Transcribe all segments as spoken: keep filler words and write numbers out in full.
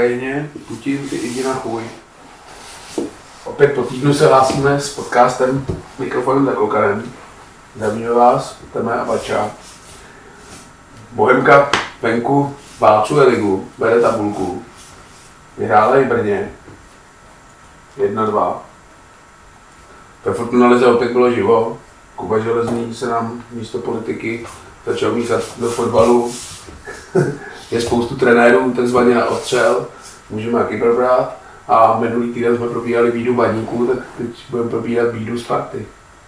Ukrajině, Putin, ty jdi na chuj. Opět po týdnu se hlásíme s podcastem Mikrofonem za klokanem. Zdravíme vás, Teme a Bača. Bohemka venku válcuje ligu, bere tabulku. Vyhrála i Brně. jedna dva. Ve Fortuna lize opět bylo živo. Kuba Železný se nám místo politiky začal míchat do fotbalu. Je spoustu trenérů takzvaně na odstřel, můžeme taky probrat. A minulý týden jsme probírali bídu Baníků, tak teď budeme probírat bídu Sparty.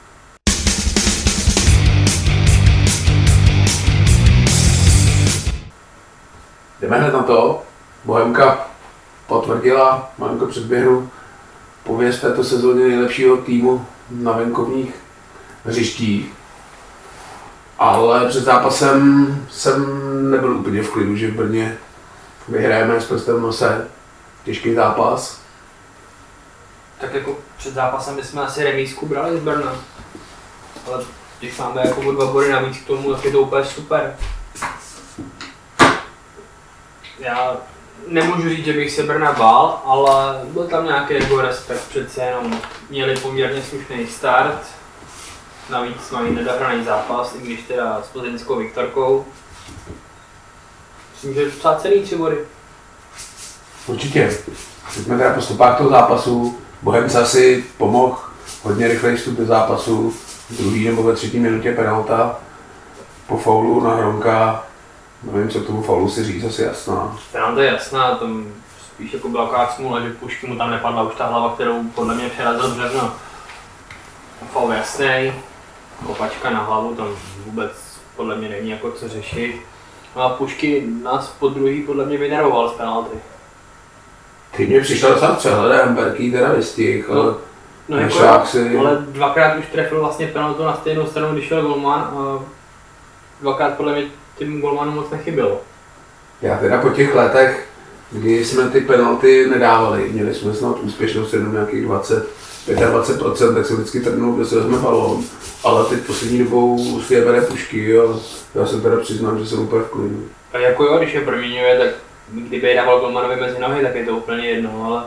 Jdeme hned na to. Bohemka potvrdila, malinko předběhnu, pověst této sezóně nejlepšího týmu na venkovních hřištích. Ale před zápasem jsem nebyl úplně v klidu, že v Brně vyhrajeme s prstem v nose. Těžký zápas. Tak jako před zápasem bychom asi remízku brali z Brna. Ale když máme jako dva body navíc k tomu, tak je to úplně super. Já nemůžu říct, že bych se Brna bál, ale byl tam nějaký jako respekt, přece jenom měli poměrně slušný start. Navíc mají nedohraný zápas, i když teda s plzeňskou Viktorkou. Myslím, že je docela celý tři body. Určitě. Teď jsme teda po stopách toho zápasu. Bohemce si pomohl hodně rychlej vstup do zápasu. V druhý nebo ve třetí minutě penalta. Po faulu na Hronka. Nevím, co k tomu faulu si říct, asi jasná. Penalta je jasná, tam spíš jako byla taková smůla, že Pušky mu tam nepadla už ta hlava, kterou podle mě přerazil břevno. Faul jasný, kopačka na hlavu, tam vůbec podle mě není jako co řešit. No a Pušky nás po druhý podle mě vynervoval z penalty. Ty mě přišel docela přehledem, Berký teda vystihl, ale no, no jako, si... ale dvakrát už trefil vlastně penaltu na stejnou stranu, když šel golman a dvakrát podle mě tím golmanu moc nechybilo. Já teda po těch letech, kdy jsme ty penalty nedávali, měli jsme snad úspěšnost jenom nějakých dvacet, dvacet pět procent, tak se vždycky trhnul, kde se vezme balón. Ale teď poslední dobou si je bere Pušky a já se teda přiznám, že jsem úplně v klidu. A jako jo, když je proměňuje, tak kdyby je dával golmanovi mezi nohy, tak je to úplně jedno, ale...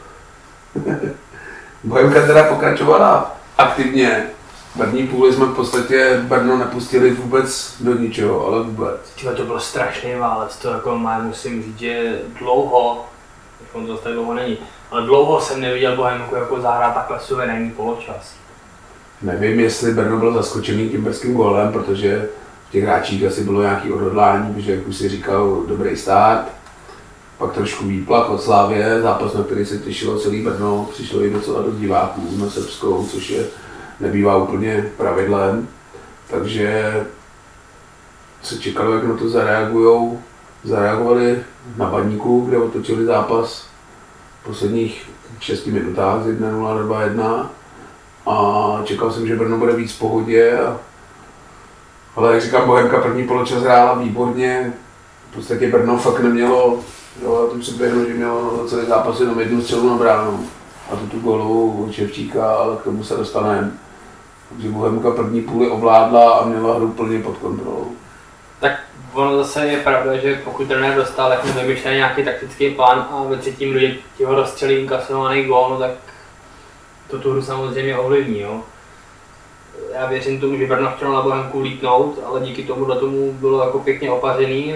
Bohemka teda pokračovala aktivně. V první půli jsme v podstatě Brno nepustili vůbec do ničeho, ale vůbec. Tyhle, to byl strašný válec, to jako má, musím říct, že dlouho, on to tak dlouho není, ale dlouho jsem neviděl Bohemku jako zahrát takhle suverénní poločas. Nevím, jestli Brno byl zaskočený tím brzkým gólem, protože v těch hráčích asi bylo nějaké odhodlání, protože jak už si říkal, dobrý start. Pak trošku výplach od Slavie, zápas, na který se těšilo celý Brno, přišlo i docela dost diváků na Srbskou, což je nebývá úplně pravidlem. Takže se čekalo, jak na to zareagujou. Zareagovali na Baníku, kde otočili zápas v posledních šesti minutách z jedna nula na dva jedna. A čekal jsem, že Brno bude víc v pohodě. Ale jak říkám, Bohemka první poločas hrála výborně. V podstatě Brno fakt nemělo, jo, já to předběhnu, že mělo celý zápas jenom jednu střelu na bránu. A tu tu gólovou od Ševčíka, ale k tomu se dostaneme. Takže Bohemka první půli ovládla a měla hru plně pod kontrolou. Tak ono zase je pravda, že pokud trenér dostal tak mu vymyšlený nějaký taktický plán a ve třetím minutě ti ho rozstřelí inkasovaný gól, no tak to tu hru samozřejmě ovlivní. Jo. Já věřím tomu, že Brno chtělo na Bohemku lítnout, ale díky tomu tomu bylo jako pěkně opařený. A...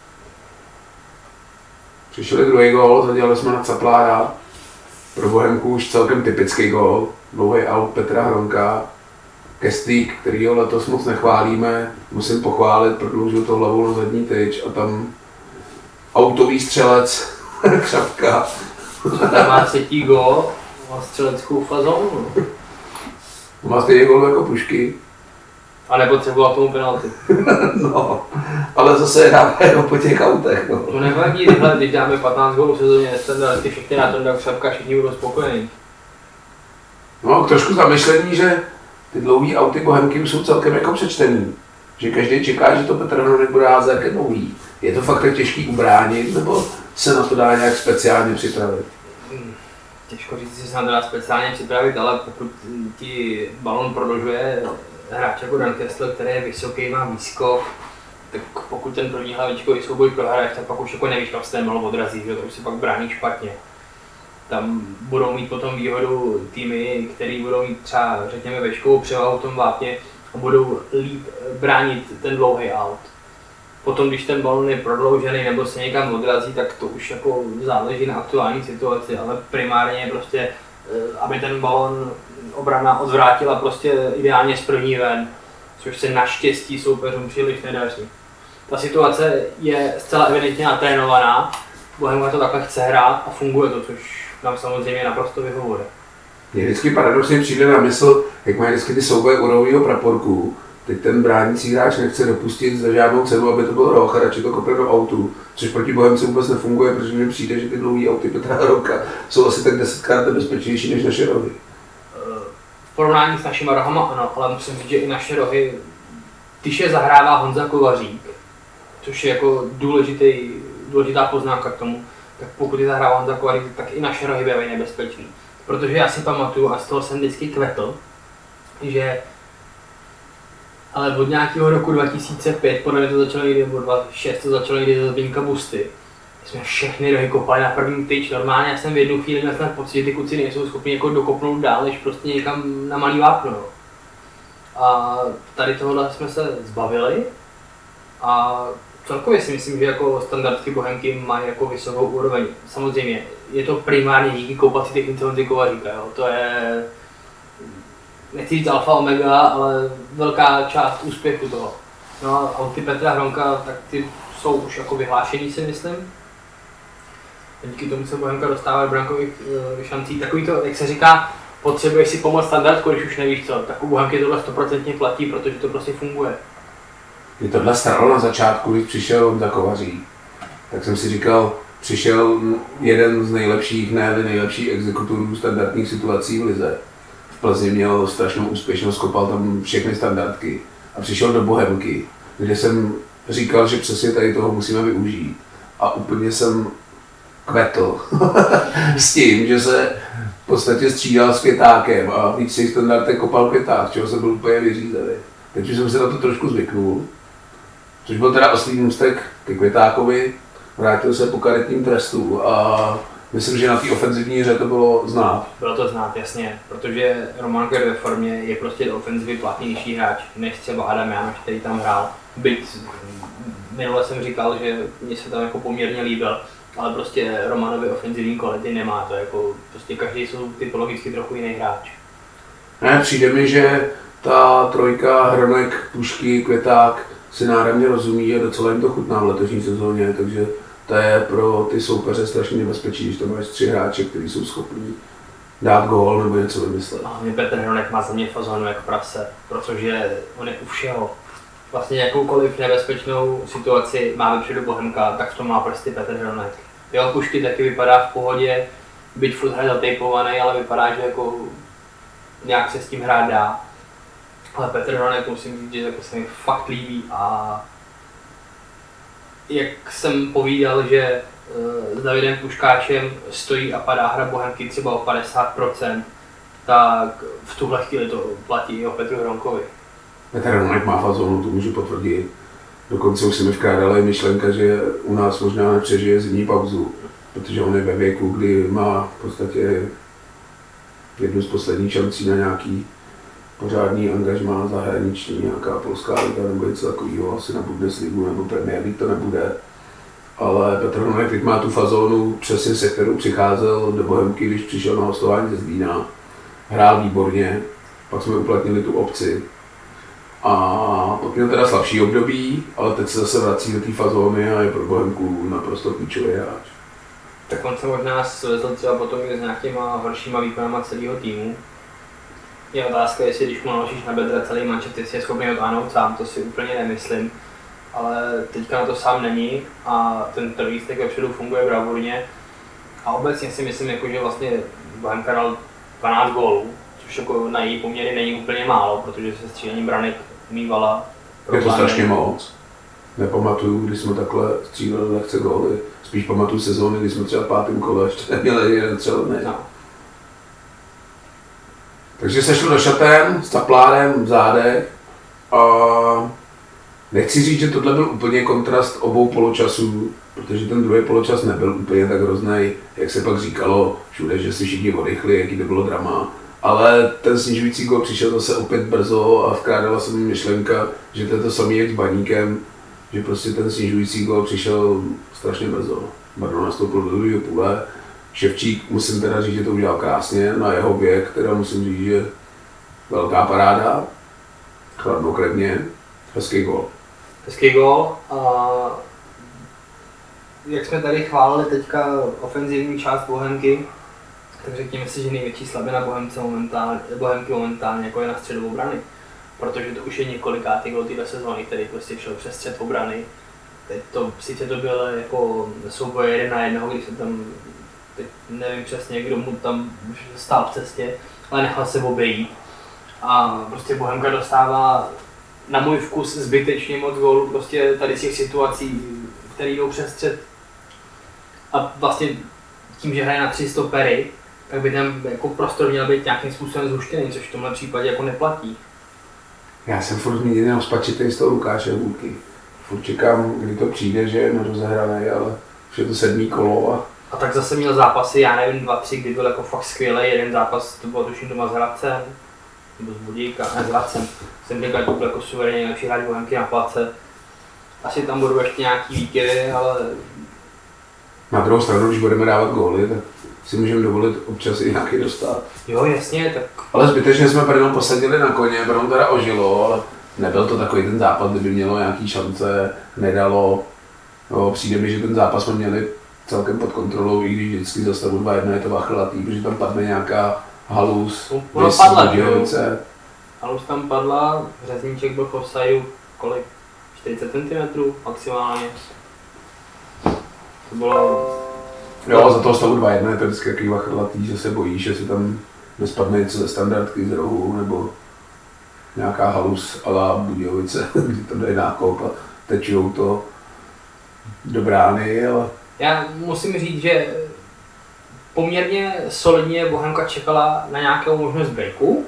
Přišel druhý gól, zadělali jsme na Caplára. Pro Bohemku už celkem typický gól, dlouhý aut Petra Hronka. Kestlík, kterýho letos moc nechválíme, musím pochválit, prodloužil to hlavou na zadní tyč a tam autový střelec, Křapka. Tam má třetí gól, má střeleckou fazonu. Má stejný gól jako Pušky. A nepotřeboval k tomu penalty. No, ale zase dáme jenom po těch autech. No. To nevadí, tyhle, když dáme patnáct gólů v sezóně, ty všechny na tom, tak Křapka, všichni budou spokojení. No, trošku zamyšlení, že ty dlouhý auty Bohemky už jsou celkem jako přečtený. Že každý čeká, že to Petr Hronek bude házet jak dlouhý. Je to fakt tak těžký ubránit, nebo se na to dá nějak speciálně připravit? Hmm, těžko říct, že se na to dá speciálně připravit, ale pokud ti balon prodlužuje hráč jako Dan Kessler, který je vysoký, má výskok, tak pokud ten první hlavičkový souboj prohraješ, tak pak už jako nevíš, kam se ten balon odrazí, že to už se pak brání špatně. Tam budou mít potom výhodu týmy, které budou mít třeba, řekněme, veškovou převahu v tom vápně a budou líp bránit ten dlouhý out. Potom, když ten balon je prodloužený nebo se někam odrazí, tak to už jako záleží na aktuální situaci, ale primárně prostě, aby ten balon obrana odvrátila prostě ideálně z první ven, což se naštěstí soupeřům příliš nedaří. Ta situace je zcela evidentně natrénovaná, Bohemka to takhle chce hrát a funguje to, což nám samozřejmě naprosto vyhovuje. Mně vždycky paradoxně přijde na mysl, jak mají vždycky ty souboje u rohovýho praporku. Teď ten bránící hráč nechce dopustit za žádnou cenu, aby to byl roh a radši to kopne do autu, což proti Bohemce vůbec nefunguje, protože mi přijde, že ty dlouhý auty Petra Hroka jsou asi tak desetkrát nebezpečnější než naše rohy. V porovnání s našimi rohama ano, ale musím říct, že i naše rohy, když je zahrává Honza Kovařík, což je jako důležitý, důležitá poznámka k tomu, tak pokud je zahrává Honza Kovařík, tak i naše rohy bývají nebezpečný. Protože já si pamatuju, a z toho jsem vždycky kvetl, že ale od nějakého roku dva tisíce pět, podle mě to začalo jít, nebo dva tisíce šest to začalo jít za Zbyňka Busty. My jsme všechny rohy kopali na první tyč, normálně já jsem v jednu chvíli měl ten pocit, že ty kluci nejsou schopni jako dokopnout dál, než prostě někam na malý vápno. A tady tohle jsme se zbavili a celkově si myslím, že jako standardky Bohemky mají jako vysokou úroveň. Samozřejmě je to primárně díky koupací technice Honzy Kovaříka, jo. To je, nechci říct alfa omega, ale velká část úspěchu toho. No a auty Petra Hronka, tak ty jsou už jako vyhlášený, si myslím. A díky tomu se Bohemka dostává do brankových uh, šancí. Takový to, jak se říká, potřebuješ si pomoct standardku, když už nevíš co. Tak u Bohemky tohle stoprocentně platí, protože to prostě funguje. Mě tohle staralo na začátku, když přišel Honza Kovařík. Tak jsem si říkal, přišel jeden z nejlepších, ne nejlepších exekutorů standardních situací v lize. V Plzni měl strašnou úspěšnost, kopal tam všechny standardky. A přišel do Bohemky, kde jsem říkal, že přesně tady toho musíme využít. A úplně jsem kvetl s tím, že se v podstatě střídal s Květákem a víc těch standardek kopal Květák, čeho jsem byl úplně vyřízený. Teď jsem se na to trošku zvyknul, což byl teda oslý můstek ke Květákovi, vrátil se po karetním trestu a myslím, že na té ofenzivní hře to bylo znát. Bylo to znát, jasně, protože Roman Květ ve formě je prostě do ofenzivy platnější hráč, než třeba Adam Jánoš, který tam hrál. Byť minule jsem říkal, že mě se tam jako poměrně líbil, ale prostě Romanovi ofenzivní kvality nemá, to jako prostě každý jsou typologicky trochu jiný hráč. Ne, přijde mi, že ta trojka Hronek, Pušky, Květák si náramně rozumí a docela jim to chutná v letošní sezóně, takže to je pro ty soupeře strašně nebezpečí, když tam máš tři hráče, kteří jsou schopní dát gól nebo něco vymyslet. A mě Petr Hronek má za mě fazonu jak prase, protože on je u všeho. Vlastně jakoukoliv nebezpečnou situaci má vepředu Bohemka, tak v tom má prsty Petr Hronek. Jo, Pušky taky vypadá v pohodě, byť furt hraje zatejpovaný, ale vypadá, že jako nějak se s tím hrát dá. Ale Petr Hronek musím říct, že jako se mi fakt líbí a jak jsem povídal, že s Davidem Puškáčem stojí a padá hra Bohemky třeba o padesát procent, tak v tuhle chvíli to platí i o Petru Hronkovi. Petr Hronek má fazonu, to můžu potvrdit. Dokonce už se mi vkládala i myšlenka, že u nás možná nepřežije zimní pauzu, protože on je ve věku, kdy má v podstatě jednu z posledních šancí na nějaký pořádný angažmá zahraniční, nějaká polská liga nebo něco takového, asi na Bundesligu nebo Premier League to nebude. Ale Petr Hronek teď má tu fazónu přesně, se kterou přicházel do Bohemky, když přišel na hostování ze Zlína. Hrál výborně, pak jsme uplatnili tu opci. A pak měl teda slabší období, ale teď se zase vrací do té fazóny a je pro Bohemku naprosto klíčový hráč. Tak on se možná svezl třeba potom i s nějakýma horšíma výkonama celého týmu. Je otázka, jestli když mu naložíš na bedra celý mančet, jestli je schopný odtáhnout sám, to si úplně nemyslím. Ale teďka na to sám není a ten trojistek vepředu funguje bravurně. A obecně si myslím, jako, že vlastně Bohemka dal dvanáct gólů, což jako na její poměry není úplně málo, protože se střílením branek mývala. Je to strašně moc. Nepamatuju, když jsme takhle stříleli lehce góly. Spíš pamatuju sezóny, kdy jsme třeba v pátém kole ještě neměli jeden střelený. No. Takže se šlo do šatén s taplárem v zádech a Nechci říct, že tohle byl úplně kontrast obou poločasů, protože ten druhý poločas nebyl úplně tak hrozný, jak se pak říkalo všude, že si všichni odrychli, jaký to bylo drama. Ale ten snižující gól přišel zase opět brzo a vkrádala se mi myšlenka, že to je to samý jak s Baníkem, že prostě ten snižující gól přišel strašně brzo. Brno nastoupil do druhého půle. Ševčík, musím teda říct, že to udělal krásně, na jeho věk, teda musím říct, že velká paráda, chladnokrevně, hezký gól. Hezký gól a jak jsme tady chválili teďka ofenzivní část Bohemky, tak řekněme si, že největší slabina Bohemce momentálně, Bohemky momentálně jako je na středu obrany. Protože to už je několikátý gól této sezóny, který prostě šel přes střed obrany. Teď to, sice to bylo jako souboj jeden na jednoho, když jsem tam, teď nevím přesně, kdo mu tam stál v cestě, ale nechal se obejít. A prostě Bohemka dostává na můj vkus zbytečně moc gólů prostě tady z těch situací, které jdou přes střed. A vlastně tím, že hraje na tři stopery, tak by tam jako prostor měl být nějakým způsobem zhuštěný, což v tomhle případě jako neplatí. Já jsem furt mít jenom spačitý z toho Lukáše Hůlky. Furt čekám, kdy to přijde, že je nerozehraný, ale už je to sedmý kolo a... A tak zase měl zápasy, já nevím, dva, tři, kdy byl jako fakt skvělý, jeden zápas, to bylo tuším doma s Hradcem, nebo s Budíka, ne s Hradcem. Jsem říkal, že to byl jako suverénně nejlepší hráč Bohemky na place. Asi tam budou ještě nějaký výkyvy, ale... Na druhou stranu, když budeme dávat góly, tak si můžeme dovolit občas i nějaký dostat. Jo, jasně, tak... Ale zbytečně jsme Brno posadili na koně, Brno teda ožilo, ale nebyl to takový ten zápas, kdyby mělo nějaký šance, nedalo. Jo, přijde mi, že ten zápas jsme měli celkem pod kontrolou, i když vždycky za stavu dva jedna je to vachlatý, protože tam padne nějaká halus, no, vys, padla, Budějovice. Halus tam padla, Řezníček byl v offsideu, kolik? čtyřicet centimetrů maximálně. To bylo... Jo, za toho stavu dva jedna je to vždycky takový vachlatý, že se bojíš, že si tam nespadne něco ze standardky z rohu, nebo nějaká halus a la Budějovice, kdy tam dají nákop a tečou to do brány, ale... Já musím říct, že poměrně solidně Bohemka čekala na nějakou možnost breaku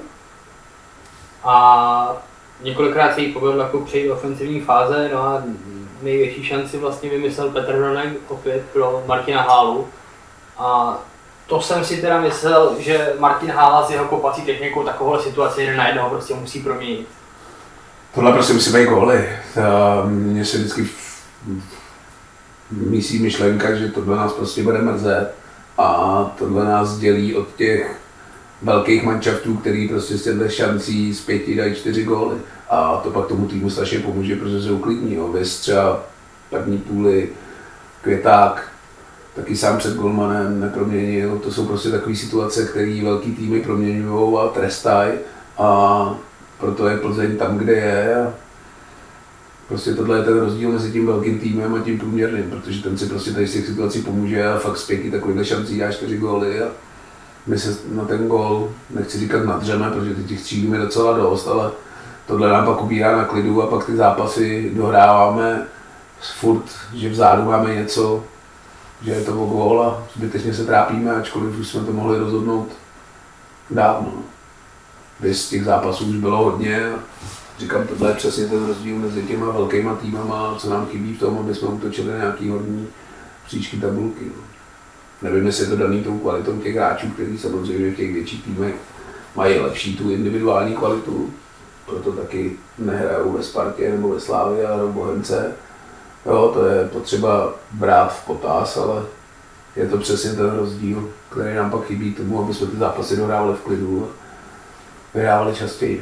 a několikrát se jí povedlo jako přejít do ofenzivní fáze, no a největší šanci vlastně vymyslel Petr Hronek opět pro Martina Hálu. A to jsem si teda myslel, že Martin Hála s jeho kopací technikou takovouhle situaci jeden na jednoho prostě musí proměnit. Tohle prostě musí být góly. Mně se vždycky mísí myšlenka, že tohle nás prostě bude mrzet a tohle nás dělí od těch velkých manšaftů, který prostě z těchto šancí z pěti dají čtyři góly. A to pak tomu týmu strašně pomůže, protože se uklidní. Jo. Vys třeba první půli, Květák, taky sám před golmanem neproměnil. To jsou prostě takové situace, které velký týmy proměňují a trestají. A proto je Plzeň tam, kde je. A prostě tohle je ten rozdíl mezi tím velkým týmem a tím průměrným, protože ten si prostě tady z těch situací pomůže a fakt z pěti takovýchhle šancí dá čtyři góly. A my se na ten gól, nechci říkat nadřeme, protože těch střílů je docela dost, ale tohle nám pak ubírá na klidu a pak ty zápasy dohráváme furt, že vzadu máme něco, že je to o gól a zbytečně se trápíme, ačkoliv už jsme to mohli rozhodnout dávno. Vys těch zápasů už bylo hodně a říkám, tohle je přesně ten rozdíl mezi těma velkýma týmama, co nám chybí v tom, aby jsme utočili nějaký horní příčky tabulky. Nevím, jestli je to daný tou kvalitou těch hráčů, kteří samozřejmě v těch větších týmech mají lepší tu individuální kvalitu, proto taky nehrajou ve Spartě nebo ve Slávii, ale v Bohemce. Jo, to je potřeba brát v potaz, ale je to přesně ten rozdíl, který nám pak chybí k tomu, aby jsme ty zápasy dohrávali v klidu a vyhrávali častěji.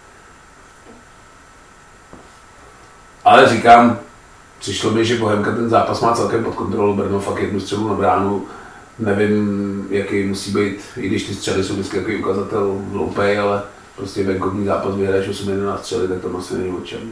Ale říkám, přišlo mi, že Bohemka ten zápas má celkem pod kontrolou, Brno fakt jednu střelu na bránu. Nevím, jaký musí být, i když ty střely jsou vždycky takový ukazatel hloupej, ale prostě venkovní zápas vyhraješ osm jedenáct střely, tak to asi není o čem.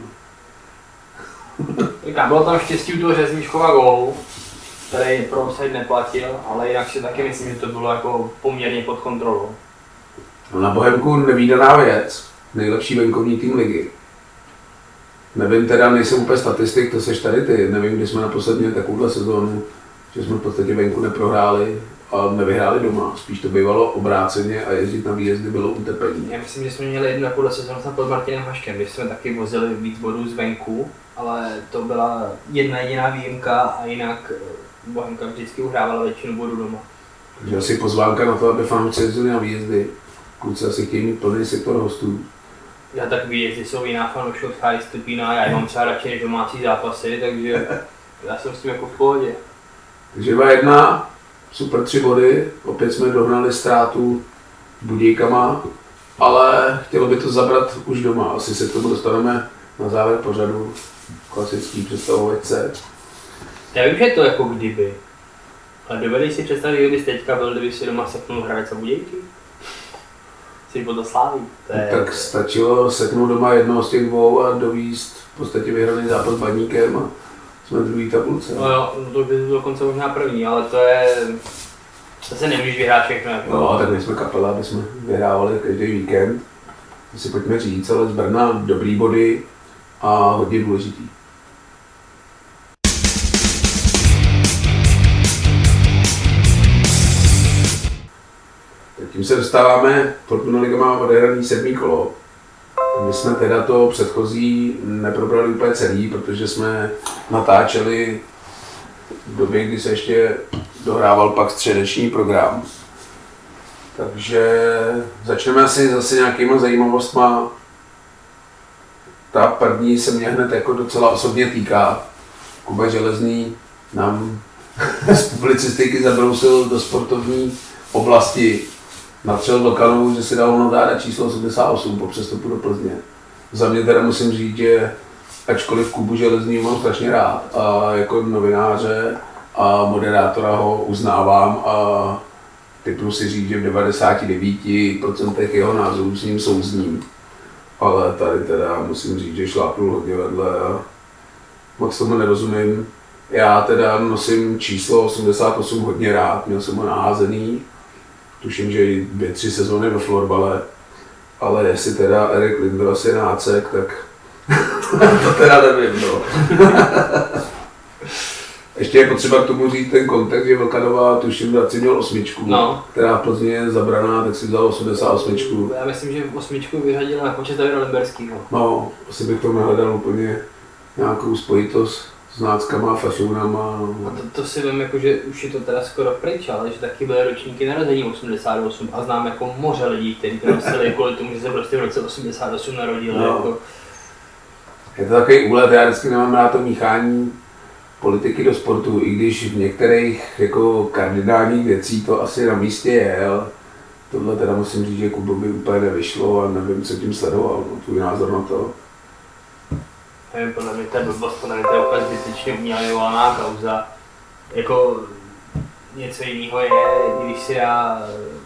Bylo tam štěstí u toho Řezníčkova gólu, který pro offside neplatil, ale jinak si taky myslím, že to bylo jako poměrně pod kontrolou. No na Bohemku nevídaná věc, nejlepší venkovní tým ligy. Nevím teda, nejsem úplně statistik, to seš tady ty, nevím, kdy jsme naposled měli takovouhle sezónu, že jsme v podstatě venku neprohráli a nevyhráli doma. Spíš to bývalo obráceně a jezdit na výjezdy bylo utrpení. Já myslím, že jsme měli jednu takovouhle sezónu pod Martinem Haškem, když jsme taky vozili víc bodů zvenku ale to byla jedna jediná výjimka a jinak Bohemka vždycky uhrávala většinu bodů doma. Takže asi pozvánka na to, aby fanoušci jezdili na výjezdy. Kluci asi chtějí mít plný sektor hostů. Já tak výjezdy jsou jiná, fanoušci odchází z Tepína, já je mám třeba radši než domácí zápasy, takže já jsem s tím jako v pohodě. Takže dva jedna, super tři body, opět jsme dohnali ztrátu Budějkama, ale chtělo by to zabrat už doma. Asi se k tomu dostaneme na závěr pořadu, klasický představovačce. Já vím, že je to jako kdyby, ale dovedeš si představit, kdybys teďka byl, kdyby si doma seknul Hradec a Budějky? Jsi po to sláví. To je... Tak stačilo seknout doma jednoho z těch dvou a dovízt v podstatě vyhraný zápas s Baníkem a jsme v druhé tabulce. No jo, no to by to dokonce možná první, ale to je... Zase nemůžeš vyhrát všechno. Jako... No, tak my jsme kapela, aby jsme vyhrávali každý víkend. To si pojďme říct, ale z Brna dobrý body a hodně důležitý. Tak tím se dostáváme, Fortuna Liga má odehraný sedmý kolo. My jsme teda to předchozí neprobrali úplně celý, protože jsme natáčeli v době, kdy se ještě dohrával pak středeční program. Takže začneme asi zase nějakýma zajímavostma. Ta první se mě hned jako docela osobně týká. Kuba Železný nám z publicistiky zabrousil do sportovní oblasti. Natřel do kanovu, že si dal notára číslo osmdesát osm po přestupu do Plzně. Za mě teda musím říct, že ačkoliv Kubu Železný mám strašně rád a jako novináře a moderátora ho uznávám a typnu si říct, že v devadesát devět procent jeho názorů s ním souzním. Ale tady teda musím říct, že šlápnul hodně vedle a moc tomu nerozumím. Já teda nosím číslo osmdesát osm hodně rád, měl jsem ho naházený. Tuším, že i dvě, tři sezóny ve florbale, ale jestli teda Erik Lindros je nácek, tak to teda nevím, no. Ještě je potřeba k tomu říct ten kontext, že Vlkadová tuším Hradci měl osmičku, no. která v Plzni je zabraná, tak si vzal osmdesát osm. Já myslím, že osmičku vyřadil na počet Davida Lemberskýho. No, asi bych to nehledal úplně nějakou spojitost s náckama a fašounama. No. A to, to si vím, jako, že už je to teda skoro pryč, ale že taky byly ročníky narození osmdesát osm a znám jako moře lidí, kteří to nosili kvůli tomu, že se prostě v roce osmdesát osm narodili. No. Jako... Je to takový úlet, já vždycky nemám rád to míchání politiky do sportu, i když v některých jako kardinálních věcí to asi na místě je, ale tohle teda musím říct, že Kubovi úplně nevyšlo a nevím, co tím sledoval, no, tvůj názor na to. Nevím, podle mě to je blbost, podle mě to je úplně zbytečně umělá kauza. Jako něco jiného je, když si dá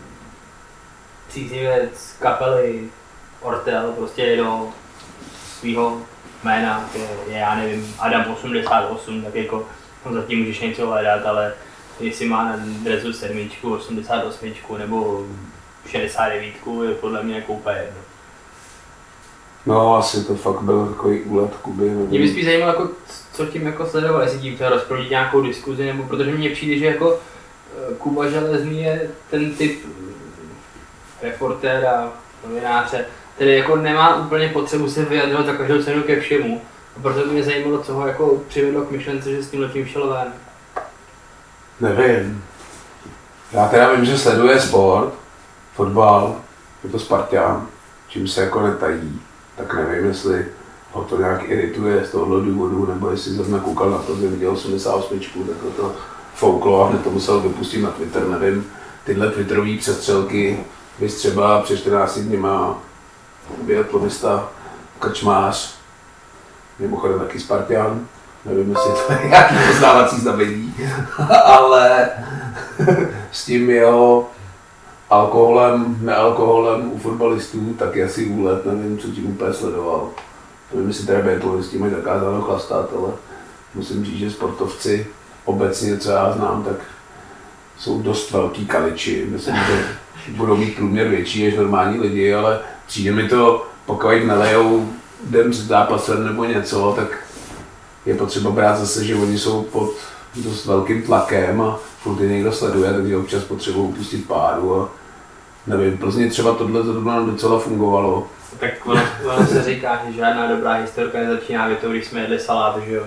příznivec kapely Ortel prostě do svého jména, je, je, já nevím, Adam osmdesát osm, tak jako no zatím můžeš něco hledat, ale jestli má na dresu sedmičku, osmdesát osm nebo šedesát devět, je podle mě jako úplně jedno. No, asi to fakt byl takový úlet Kuby. Mě by spíš zajímalo, jako, co tím jako sledoval, jestli tím chtěl rozproudit nějakou diskuzi, nebo protože mně přijde, že jako Kuba Železný je ten typ reportéra, novináře, který jako nemá úplně potřebu se vyjadřovat za každou cenu ke všemu. A proto by mě zajímalo, co ho jako přivedlo k myšlence, že s tím letím šel ven. Nevím. Já teda vím, že sleduje sport, fotbal, je to Spartan, čím se jako netají. Tak nevím, jestli ho to nějak irituje z tohohle důvodu, nebo jestli zrovna koukal na to, že viděl osmdesát osm, tak to fouklo a hned to musel vypustit na Twitter, nevím. Tyhle twitterové přestřelky, bys třeba před čtrnácti dněma biatlonista Krčmář, mimochodem taky Spartan, nevím, jestli to je nějaký poznávací znamení, ale s tím jeho alkoholem, nealkoholem u fotbalistů, tak je asi úlet, nevím, co tím úplně sledoval. Nevím, jestli teda biatlonisti mají zakázáno chlastat, ale musím říct, že sportovci obecně, co já znám, tak jsou dost velký kaliči. Myslím, že budou mít průměr větší než normální lidi, ale přijde mi to, pokud nelejou den před zápasem nebo něco, tak je potřeba brát zase, že oni jsou pod dost velkým tlakem a furt je někdo sleduje, takže občas potřebují pustit páru a Nevím, Plzni třeba tohle zrovna docela fungovalo. Tak ono, ono se říká, že žádná dobrá historka nezačíná větou, když jsme jedli salát, že jo?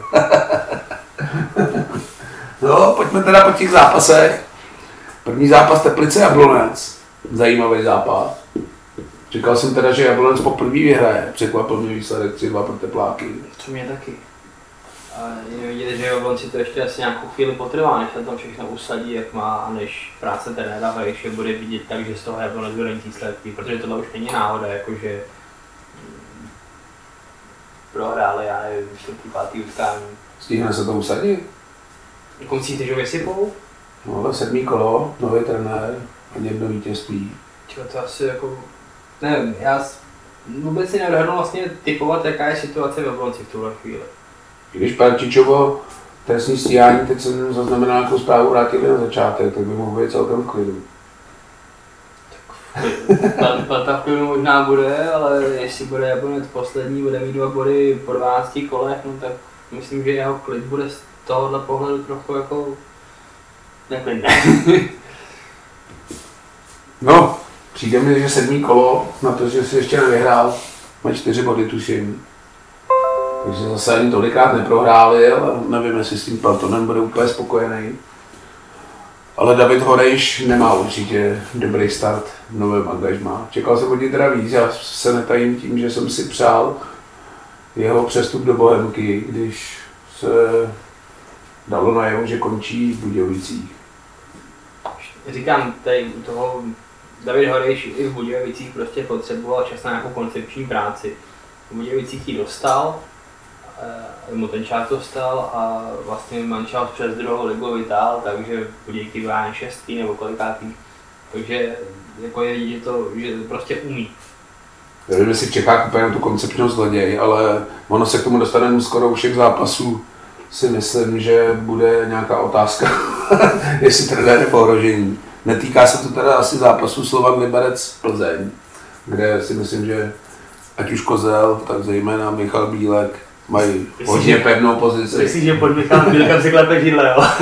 No, pojďme teda po těch zápasech. První zápas Teplice Jablonec. Zajímavý zápas. Čekal jsem teda, že Jablonec poprvé vyhraje. Překvapil mě výsledek tři dva pro Tepláky. To mě taky. A je vidět, že Jablonci to ještě asi nějakou chvíli potrvá, než se tam všechno usadí, jak má, a než práce trenéra Hajše bude vidět tak, že z toho Jablonec bude mít výsledky, protože tohle už není náhoda, jakože mm, prohráli, já nevím, čtvrtý, pátý utkání. Stihne se to usadit? Myslíte, že vysypou? No ale sedmý kolo, nový trenér, ani jedno vítězství. Čeho to asi jako, nevím, já s- vůbec si nedohlednu vlastně typovat, jaká je situace v Jablonci v tuhle chvíli. Když Pančičovo trestní stíhání, teď jsem zaznamenal nějakou zprávu, vrátili na začátek, tak by mohl být celkem v klidu. Ta, ta, ta v klidu možná bude, ale jestli bude Jablonec poslední, bude mít dva body po dvanácti kolech, no tak myslím, že jeho klid bude z tohohle pohledu trochu jako neklidný. No, přijde mi, že sedmý kolo, na to, že si ještě nevyhrál, má čtyři body tuším. Takže zase ani tolikrát neprohráli, ale nevím, jestli s tím Platonem bude úplně spokojený. Ale David Horejš nemá určitě dobrý start v novém angažmá. Čekal jsem od něj teda víc, já se netajím tím, že jsem si přál jeho přestup do Bohemky, když se dalo najevo, že končí v Budějovicích. Říkám, tady u toho David Horejš i v Budějovicích prostě potřeboval čas na nějakou koncepční práci. V Budějovicích ji dostal, eh, mu ten čas dostal a vlastně mančal přes druhou ligu vytáhl, takže Budějky byla šestý nebo kolikátý. Takže jako je vidět, že to že to prostě umí. Nevím, jestli v Čechách úplně tu koncepčnost zloděj, ale ono se k tomu dostane skoro u všech zápasů. Si myslím, že bude nějaká otázka, jestli trenér je v ohrožení. Netýká se to teda asi zápasu Slovan Liberec Plzeň, kde si myslím, že ať už Kozel, tak zejména Michal Bílek mají Myslíš, hodně že- pevnou pozici. Myslíš, že pod Michalem Bílkem si klepe židle, jo?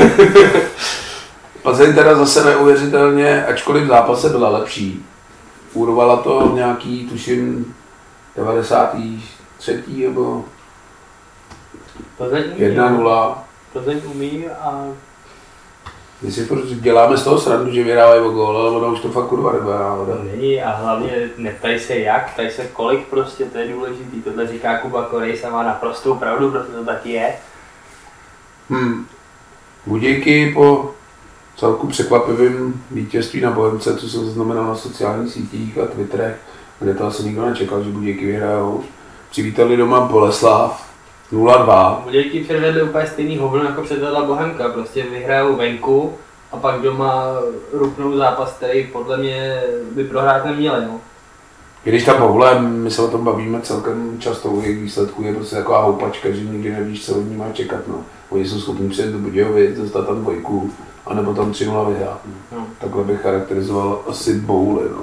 Plzeň teda zase neuvěřitelně, ačkoliv v zápase byla lepší. Úrovala to nějaký, tuším, devadesátý třetí nebo Plzeň umí, jedna nula. Plzeň umí a My si furt děláme z toho srandu, že vyhrávají o gól, ale ono už to fakt kurva nebude náhoda. to není a hlavně neptaj se jak, ptaj se kolik prostě, to je důležitý. Tohle říká Kuba Korejs a má naprostou pravdu, protože to tak je. Hmm. Budějky po celku překvapivém vítězství na Bohemce, co jsem zaznamenal na sociálních sítích a Twitterech, kde to asi nikdo nečekal, že Budějky vyhrajou. Přivítali doma Boleslav nula dva. Budějky předvedli úplně stejný hovno, jako předvedla Bohemka, prostě vyhrajou venku a pak doma rupnou zápas, který podle mě by prohrát neměli. No. I když ta boule, my se o tom bavíme celkem často u jejich výsledků, je prostě taková houpačka, že nikdy nevíš, co od ní má čekat. No. Oni jsou schopni přijet do Budějovic, dostat tam dvojku, anebo tam tři nula vyhrát. No. No. Takhle bych charakterizoval asi bouly. No.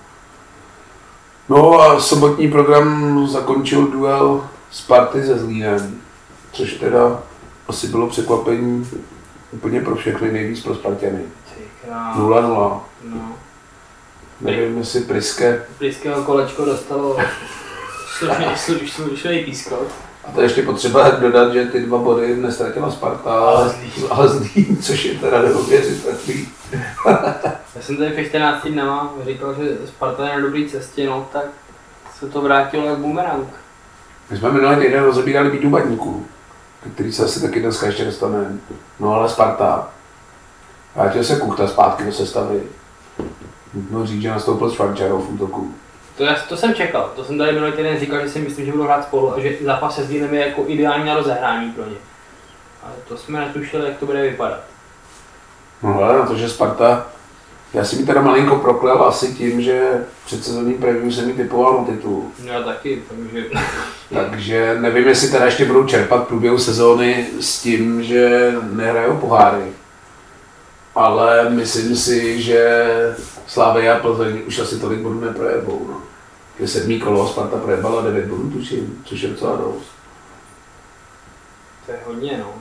no a sobotní program zakončil duel Sparty se Zlínem, což teda asi bylo překvapení úplně pro všechny, nejvíc pro Sparťany. Ty král. nula nula. No. Nevím, jestli Priske. Blízkého kolečko dostalo slušný, slušný, slušný pískot. A to je ještě potřeba dodat, že ty dva body nestratila Sparta, Ale Zlín. ale Zlín, což je teda neuvěřitelný. Já jsem tady před čtrnácti dnama říkal, že Sparta je na dobré cestě, no tak se to vrátilo jak bumerang. My jsme minulý týden rozebírali Bídu Baníku, který se asi taky dneska ještě dostaneme. No ale Sparta. Vrátil se Kuchta zpátky do sestavy. Nutno říct, že nastoupil Švančarov v útoku. To, já, to jsem čekal, to jsem tady minulý týden říkal, že si myslím, že budou hrát spolu a že zápas se Zlínem je jako ideální na rozehrání pro ně. Ale to jsme netušili, jak to bude vypadat. No ale na to, že Sparta, já si mi teda malinko proklel asi tím, že před sezónním preview jsem mi typoval na titul. No já taky, takže... Takže nevím, jestli teda ještě budou čerpat v průběhu sezóny s tím, že nehrajou poháry. Ale myslím si, že Slavia a Plzeň už asi tolik bodů neprojebou. No. Je sedmý kolo, Sparta projebala devět bodů, tuším, což je docela dost. To je hodně, no.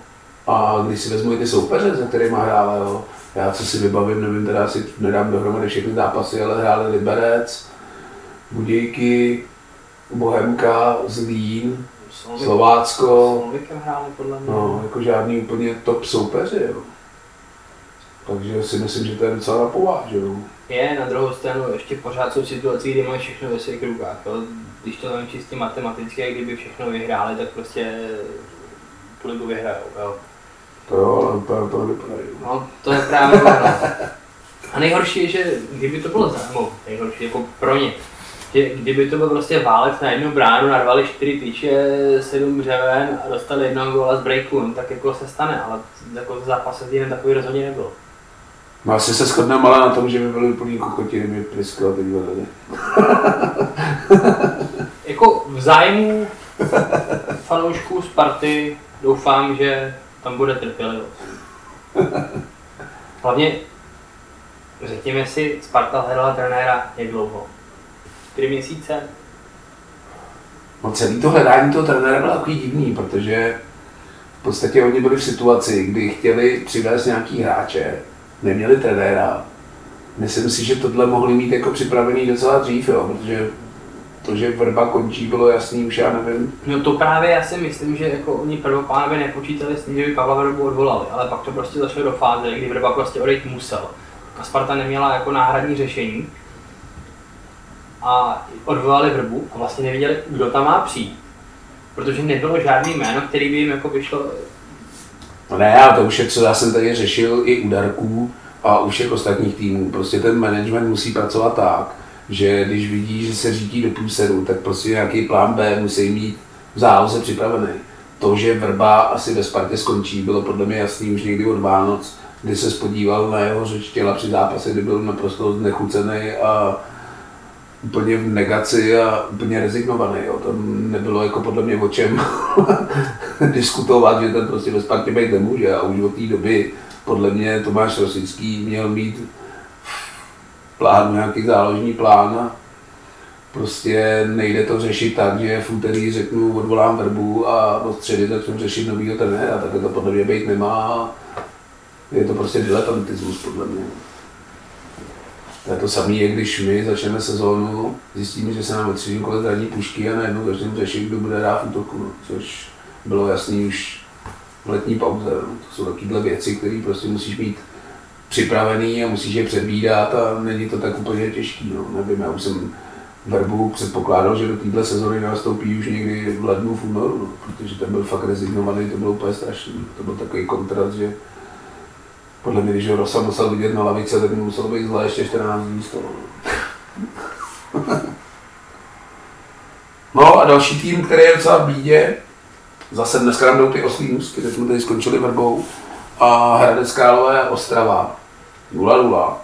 A když si vezmu i ty soupeře, za kterými hrála, jo, já co si vybavím, nevím, teda si nedám dohromady všechny zápasy, ale hráli Liberec, Budějky, Bohemka, Zlín, Slovácko. Slovikem hráli podle mě. No, jako žádný úplně top soupeři, jo. Takže si myslím, že to je docela napováženo. Je, na druhou stranu ještě pořád jsou situace, kdy mají všechno ve svých rukách. Jo. Když to tam čistě matematicky, jak kdyby všechno vyhráli, tak prostě tu ligu vyhrajou. Jo. To jo, ale úplně to nevypadají. No, to je právě ono. A nejhorší je, že kdyby to bylo zájmu, nejhorší jako pro ně, že kdyby to byl prostě válec na jednu bránu, narvali čtyři tyče, sedm břeven a dostali jednoho góla z breaku, no, tak jako se stane, ale jako zápas se týden takový rozhodně nebyl. No asi se shodneme ale na tom, že by byly úplný kokoti, kdyby Prisko teď vedli. Jako v zájmu fanoušků Sparty doufám, že tam bude trpělivost. Hlavně řekněme si, Sparta hledala trenéra jak dlouho? Čtyři měsíce? No celý to hledání toho trenéra bylo takový divný, protože v podstatě oni byli v situaci, kdy chtěli přivést nějaký hráče, neměli trenéra. Myslím si, že tohle mohli mít jako připravený docela dřív, jo, protože to, že Vrba končí, bylo jasný, už já nevím. No to právě já si myslím, že jako oni prvoplánově nepočítali s tím, že by Pavla Vrbu odvolali, ale pak to prostě zašlo do fáze, kdy Vrba prostě odejít musel. A Sparta neměla jako náhradní řešení a odvolali Vrbu a vlastně nevěděli, kdo tam má přijít. Protože nebylo žádný jméno, který by jim jako vyšlo. No ne, ale to už je, co já jsem tady řešil i u Darků a u všech ostatních týmů. Prostě ten management musí pracovat tak, že když vidí, že se řítí do průseru, tak prostě nějaký plán B musí mít v záloze připravený. To, že Vrba asi ve Spartě skončí, bylo podle mě jasný už někdy od Vánoc, kdy se spodíval na jeho řeč těla při zápase, kdy byl naprosto znechucený a úplně v negaci a úplně rezignovaný. Jo. Tam nebylo jako podle mě o čem diskutovat, že ten prostě ve Spartě být nemůže a už od té doby podle mě Tomáš Rosický měl mít plán, nějaký záložní plán a prostě nejde to řešit tak, že v úterý řeknu odvolám Vrbu a od středy začnu řešit novýho trenéra, takhle to podle mě být nemá. Je to prostě diletantismus podle mě. To je to samé, jak když my začneme sezónu, zjistíme, že se nám ve třetím kole zraní Pušky a najednou začneme řešit, kdo bude hrát v útoku, no, což bylo jasný už v letní pauze. No. To jsou takovéhle věci, které prostě musíš mít připravený a musíš je předvídat a není to tak úplně těžký. No. Nevím, já už jsem Vrbu předpokládal, že do téhle sezóny nastoupí už někdy v lednu, v únoru, no, protože ten byl fakt rezignovaný, to bylo úplně strašný. To byl takový kontrast, že podle mě, když ho Rosa musel vidět na lavice, tak mi muselo být zle ještě čtrnáct dní z toho. No a další tým, který je docela v bídě, zase dneska nám jdou ty oslí můstky, teď jsme tady skončili Vrbou a Hradec Králové Ostrava nula nula.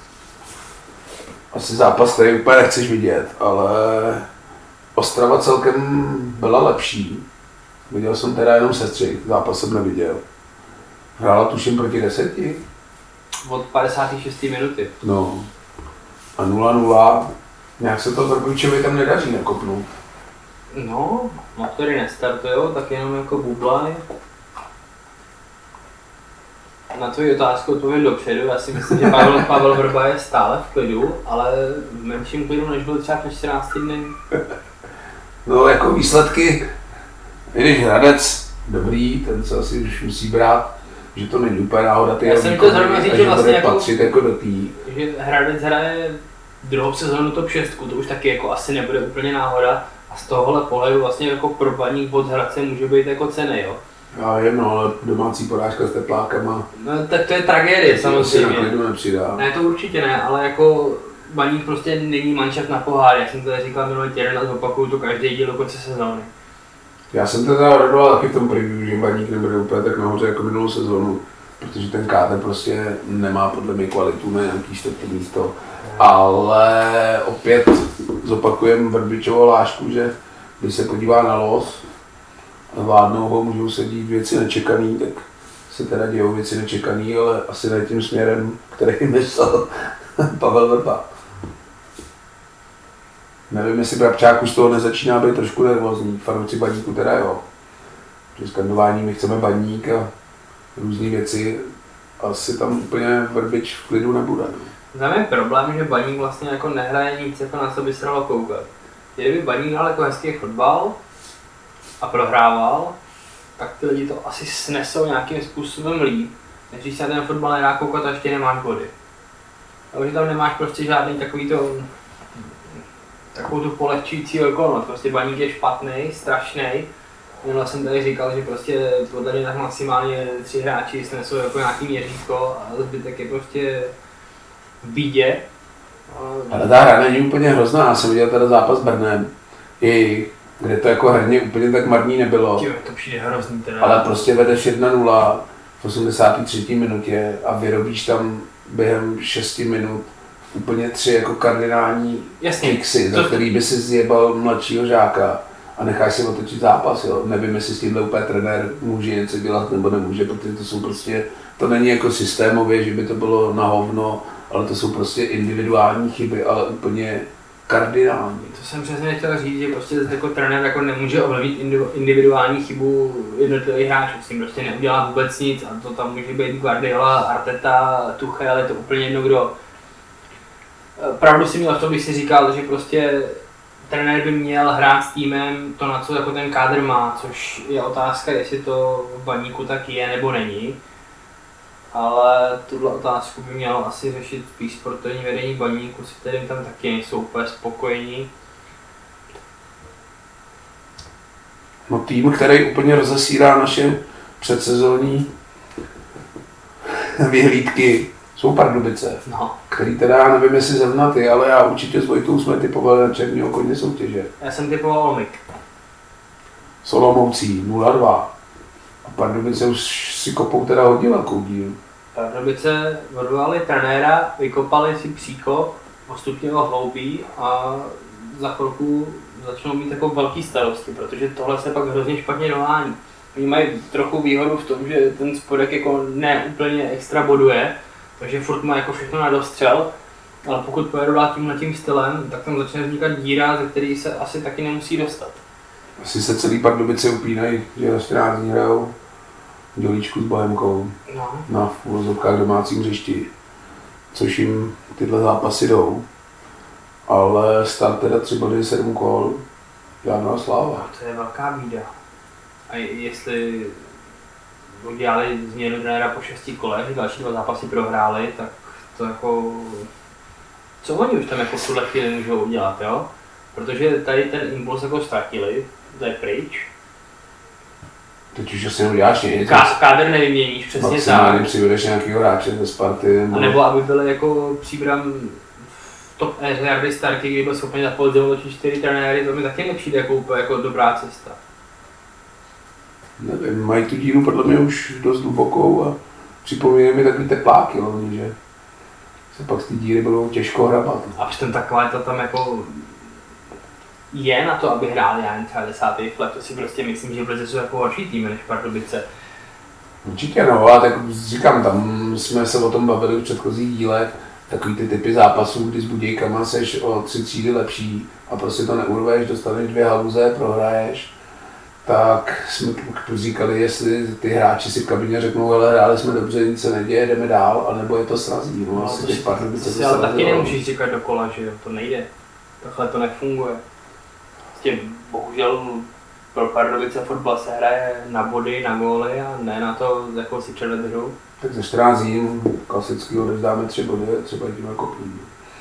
Asi zápas, který úplně nechceš vidět, ale Ostrava celkem byla lepší. Viděl jsem teda jenom sestřih, zápas jsem neviděl. Hrála tuším proti deseti. Od padesáté šesté minuty. No. A nula nula. Nějak se to Vrbičovi tam nedaří nakopnout. No, motory nestartujou, tak jenom jako bublaj. Na tvoji otázku odpovím dopředu. Já si myslím, že Pavel, Pavel Vrba je stále v klidu, ale v menším klidu, než byl třeba před čtrnácti dny. No jako výsledky, když Hradec dobrý, ten se asi už musí brát, že to není úplně náhoda ty Já jsem to zrovna říct, že vlastně jako, patřit jako do tý. Že Hradec hraje druhou sezónu top šest, to už taky jako asi nebude úplně náhoda. A z tohohle pohledu vlastně jako pro Baník od Hradce může být jako ceny, jo. Já jen, no, ale domácí porážka s teplákama. No tak to je tragédie samozřejmě. Na klidu nepřidá. Ne, to určitě ne, ale jako Baník prostě není manšaft na pohár, jak jsem tady říkal minulý týden a zopakuju to každý díl do konce sezóny. Já jsem teda radoval taky v tom preview, že Baník nebude úplně tak nahoře jako minulou sezónu, protože ten kádr prostě nemá podle mě kvalitu na nějaký čtvrté místo. Ale opět zopakujeme Vrbičovo lášku, že když se podívá na los, vládnou ho, můžou se dít věci nečekaný, tak se teda dějou věci nečekaný, ale asi ne tím směrem, který myslel Pavel Vrba. Nevím, jestli Brabčák už z toho nezačíná být trošku nervózní, fanoušci Baníku teda jo. Při skandování my chceme Baník a různé věci, asi tam úplně Vrbič v klidu nebude. No. Tam je problém, že Baník vlastně jako nehraje nic, jako na co by se dalo koukat. Kdyby Baník hrál jako hezký fotbal a prohrával, tak ty lidi to asi snesou nějakým způsobem líp, než když se na ten fotbal nedá koukat a ještě nemáš body. Takže tam nemáš prostě žádný takový to, takovou tu polehčující okolnost. Prostě Baník je špatný, strašný. Minule jsem tady říkal, že prostě podle mě tak maximálně tři hráči snesou jako nějaký měřítko a zbytek je prostě v bídě. Ale ta hra není úplně hrozná, já jsem viděl teda zápas s Brnem, i kde to jako herně úplně tak marný nebylo. Tějo, to přijde hrozný teda. Ale prostě vedeš jedna nula v osmdesáté třetí minutě a vyrobíš tam během šesti minut úplně tři jako kardinální kiksy, za který by si zjebal mladšího žáka a necháš si otočit zápas, jo. Nevím, jestli s tímhle úplně trenér může něco dělat nebo nemůže, protože to jsou prostě, to není jako systémově, že by to bylo na hovno, ale to jsou prostě individuální chyby, ale úplně kardinální. To jsem přesně chtěl říct, že prostě jako trenér jako nemůže ovlivnit individuální chybu jednotlivých hráčů, s tím prostě neudělá vůbec nic a to tam může být Guardiola, Arteta, Tuchel, je to úplně jedno kdo. Pravdu si měl v tom, když si říkal, že prostě trenér by měl hrát s týmem to, na co jako ten kádr má, což je otázka, jestli to v Baníku tak je nebo není. Ale tuhle otázku by mělo asi řešit spíš sportovní vedení Baníku, si kterým tam taky nejsou úplně spokojení. No tým, který úplně rozesírá naše předsezónní vyhlídky, jsou Pardubice, no. Který teda, já nevím jestli zrovna ty, ale já určitě s Vojtou jsme typovali na černého koně soutěže. Já jsem typoval Olmyk. S Olomoucí nula dva. A Pardubice už si kopou teda hodně velkou díl. Pardubice odvolali trenéra, vykopali si příkop, postupně ho hloubí a za chvilku začnou mít jako velký starosti, protože tohle se pak hrozně špatně dohání. Oni mají trochu výhodu v tom, že ten spodek jako ne úplně extra boduje, takže furt má jako všechno na dostřel, ale pokud pojedu dál tímhletím stylem, tak tam začne vznikat díra, ze který se asi taky nemusí dostat. Asi se celý Pardubice upínají, že na čtrnáct dní hrajou dělíčku s Bohemkou no. na uvozovkách domácím hřišti, což jim tyhle zápasy jdou. Ale start teda tři body, sedm kol, žádná sláva. To je velká bída. A jestli udělali změnu trenéra po šesti kolech, další dva zápasy prohráli, tak to jako... Co oni už tam jako v tuhle chvíli můžou udělat, jo? Protože tady ten impuls jako ztratili, to je pryč. Teď už asi neuděláš nic. Ká- kádr nevyměníš, přesně tak. Maximálně přivedeš nějakýho hráče ze Sparty. Nebo... A nebo aby byly jako Příbram v top éře Jardy Starky, kdy byl schopný za podzim točit čtyři trenéry, to mi taky nepřijde jako úplně jako dobrá cesta. Nevím, mají tu díru podle mě už dost hlubokou a připomínají mi takový tepláky, hlavně, že se pak z té díry budou těžko hrabat. A přitom taková to tam jako je na to, aby hráli já třeba desátý flek, to si prostě myslím, že Plzeň jsou jako horší týmy než Pardubice. Určitě no, ale tak říkám, tam jsme se o tom bavili v předchozích dílech, takový ty typy zápasů, kdy s Budějkama seš o tři třídy lepší a prostě to neurveš, dostaneš dvě haluze, prohraješ, tak jsme říkali, jestli ty hráči si v kabině řeknou, hele, hráli jsme dobře, nic se neděje, jdeme dál, anebo je to srazí. No, no, asi to, těch si, Pardubice to si to ale srazilo. taky nemůžeš říkat dokola, že jo, to nejde. Takhle to nefunguje. Prostě bohužel pro Pardubice fotbal se hraje na body, na góly a ne na to, jakou si předved hru. Tak ze čtrnáct dní klasicky odevzdáme tři body, třeba tím jako plný.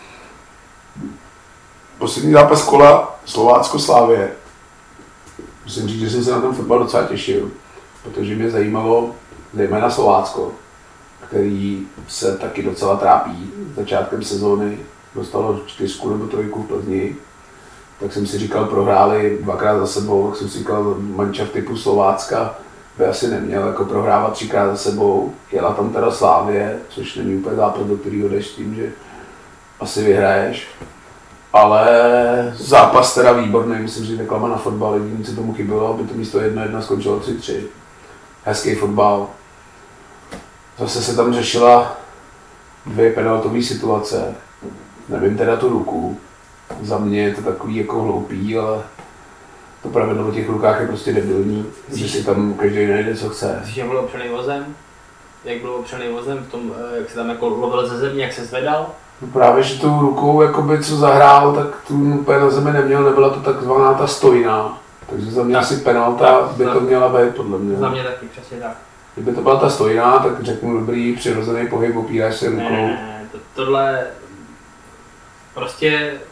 Poslední zápas kola Slovácko-Slávě. Musím říct, že jsem se na ten fotbal docela těšil, protože mě zajímalo zejména Slovácko, který se taky docela trápí. Začátkem sezóny dostalo čtyřku nebo trojku v Plzni. Tak jsem si říkal, prohráli dvakrát za sebou, tak jsem si říkal, mančaft typu Slovácka by asi neměl jako prohrávat třikrát za sebou. Jela tam teda Slávě, což není úplně zápas, do kterého jdeš s tím, že asi vyhraješ. Ale zápas teda výborný, myslím, že reklama na fotbal, jediné, co tomu chybělo, aby to místo jedna jedna skončilo tři tři. Hezký fotbal. Zase se tam řešila dvě penaltové situace. Nevím teda tu ruku. Za mě je to takový jako hloupý, ale to pravidlo o těch rukách je prostě debilní, že si tam každý najde, co chce. Myslíš, že byl opřený vozem? jak byl opřený vozem, v tom, jak se tam jako lovil ze země, jak se zvedal. No právě, že tou rukou, jakoby, co zahrál, tak tu úplně na zemi neměl, nebyla to takzvaná ta stojná. Takže za mě tak, asi penalta tak, by to měla být, podle mě. Za mě taky, přesně tak. Kdyby to byla ta stojná, tak řeknu dobrý, přirozený pohyb, opíráš se rukou. Ne, ne, ne, to, tohle prostě,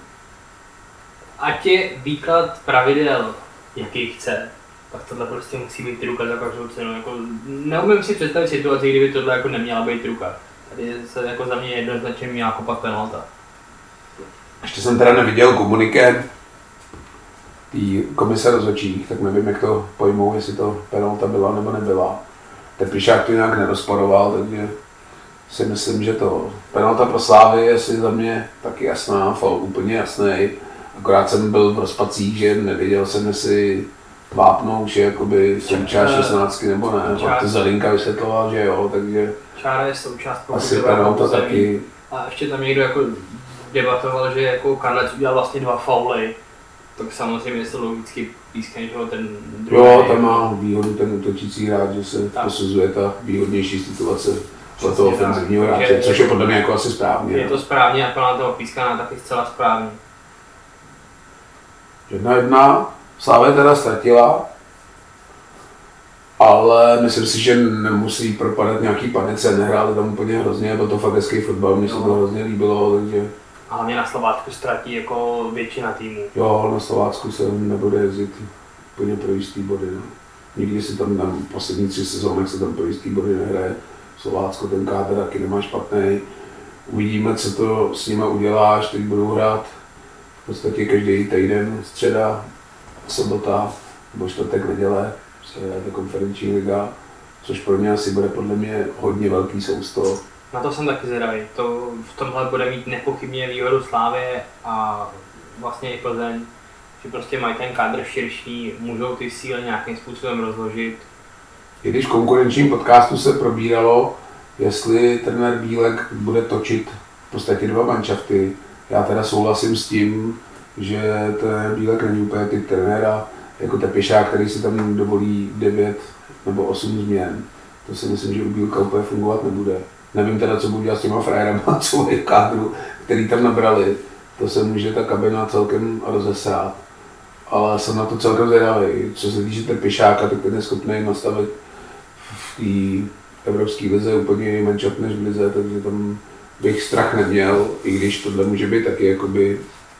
ať je výklad pravidel, jaký chce, tak tohle prostě musí být ruka za každou cenu. Jako, neumím si představit situaci, kdyby tohle jako neměla být ruka. Tady se jako za mě jednoznačně měla kopat penalta. Ještě jsem teda neviděl komuniké tý komise rozhodčích, tak nevím, jak to pojmou, jestli to penalta byla nebo nebyla. Teplišák to nějak nerozporoval, takže si myslím, že to penalta pro Slávy je si za mě taky jasná, faul úplně jasný. Akorát jsem byl v rozpacích, že nevěděl jsem, jestli vápnou, že jakoby součást šestnáctky nebo ne. Pak to Zelinka vysvětloval, že jo, takže čára je součást asi penalta taky. A ještě tam někdo jako debatoval, že jako Karlec udělal vlastně dva fauly, tak samozřejmě se logicky pískne, že ten druhý. Jo, tam má výhodu ten útočící hráč, že se tak posuzuje ta výhodnější situace pro toho ofenzivního hráče, což je podle mě jako asi správně. Je to správně a penalta opískaná taky zcela správně. Jedna jedna, Slávě teda ztratila, ale myslím si, že nemusí propadat nějaký panice, nehráli tam úplně hrozně, byl to fakt hezký fotbal, mně se to hrozně líbilo, takže... A hlavně na Slovácku ztratí jako většina týmů. Jo, na Slovácku se nebude jezdit úplně pro jistý body, no. Nikdy si tam na poslední tři sezónech se tam pro jistý body nehraje. Slovácko ten kádr taky nemá špatný. Uvidíme, co to s nimi uděláš, teď budou hrát v podstatě každý týden, středa, sobota, nebo čtvrtek, neděle, se hraje konferenční liga, což pro mě asi bude podle mě hodně velký sousto. Na to jsem taky zvědavý. To v tomhle bude mít nepochybně výhodu Slávie a vlastně i Plzeň, že prostě mají ten kádr širší, můžou ty síly nějakým způsobem rozložit. I když v konkurenčním podcastu se probíralo, jestli trenér Bílek bude točit v podstatě dva manšafty, já teda souhlasím s tím, že trenér Bílek není úplně typ trenéra jako Tepišák, který si tam dovolí devět nebo osm změn. To si myslím, že u Bílka úplně fungovat nebude. Nevím teda, co budu dělat s těma frajerama, co mají v kádru, který tam nabrali. To se může ta kabina celkem rozesrát. Ale jsem na to celkem zvědavý. Co se týče Tepišáka, tak ten je schopný nastavit v té evropské lize úplně jiný manšaft než v lize, takže tam bych strach neměl, i když tohle může být taky jakoby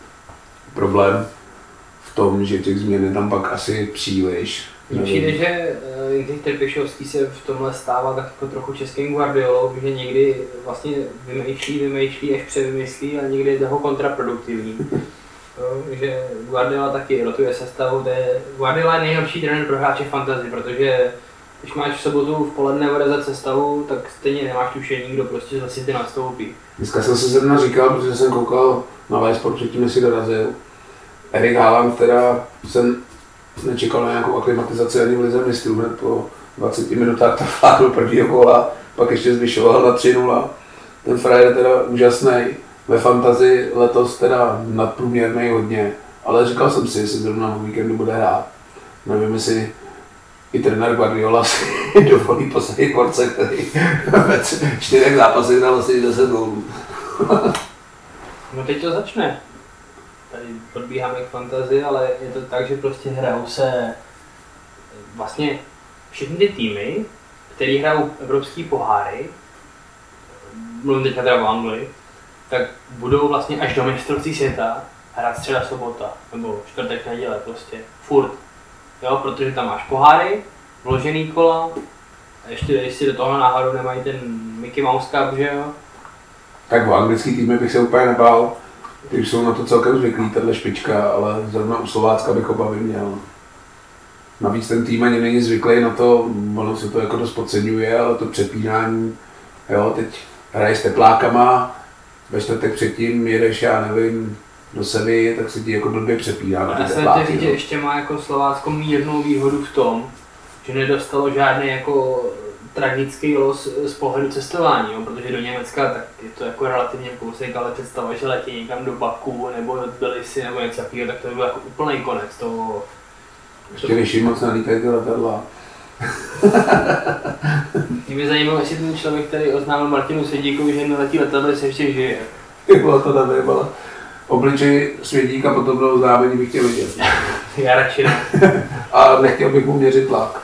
problém v tom, že těch změn je tam pak asi příliš. Mně přijde, že Jindřich Trpišovský se v tomhle stává tak jako trochu českým Guardiolou, že někdy vlastně vymýšlí, vymýšlí, až převymyslí a někdy je toho kontraproduktivní. To, že Guardiola taky rotuje sestavu, to je, Guardiola je nejlepší trenér pro hráče fantasy, protože když máš v sobotu v poledne odezat sestavu, tak stejně nemáš tušení, kdo prostě zase ty nastoupí. Dneska jsem se zrovna říkal, protože jsem koukal na Live Sport předtím, než si dorazil. Erik Haaland teda jsem nečekal na nějakou aklimatizaci ani v lize mistrů, hned po dvaceti minutách ta flákl prvního góla, pak ještě zvyšoval na tři nula. Ten frajer je teda úžasný, ve fantasy letos teda nadprůměrný hodně, ale říkal jsem si, jestli zrovna v víkendu bude hrát. Nevím, jestli i trenér Guardiola si dovolí posadit Korce, který ve čtyřech zápasech dal asi deset gólů. No teď to začne. Tady podbíháme k fantazii, ale je to tak, že prostě hrajou se vlastně všechny ty týmy, které hrajou evropský poháry, mluvím teďka teda o Anglii, tak budou vlastně až do mistrovství světa hrát středa sobota, nebo čtvrtek neděle prostě, furt. Jo, protože tam máš poháry, vložený kola, a ještě jestli do toho náhodou nemají ten Mickey Mouse Cup, že jo? Tak o anglický týmy bych se úplně nebál. Ty už jsou na to celkem zvyklí, tahle špička, ale zrovna u Slovácka bych obavy měl. Navíc ten tým ani není zvyklý na to, ono se to jako dost podceňuje, ale to přepínání, jo, teď hraješ s teplákama, ve čtvrtek předtím jedeš, já nevím, do Sevy, tak se ti jako blbě přepíná na ty já tepláky. Já jsem říct, že ještě má jako Slovácko mírnou výhodu v tom, že nedostalo žádný jako tragický los z pohledu cestování, jo? Protože do Německa tak je to jako relativně kousek, ale představa, že letí někam do Baku nebo do Tbilisi nebo něco takového, tak to by byl jako úplný konec toho. Ještě když jim moc nalítají ty letadla. Mě by zajímalo, jestli ten člověk, který oznámil Martinu Svědíkovi, že neletí letadlo, se ještě žije. Bylo to tam nebylo. Obličej Svědíka potom bylo oznámení bych chtěl vidět. Já radši ne. A nechtěl bych mu měřit tlak.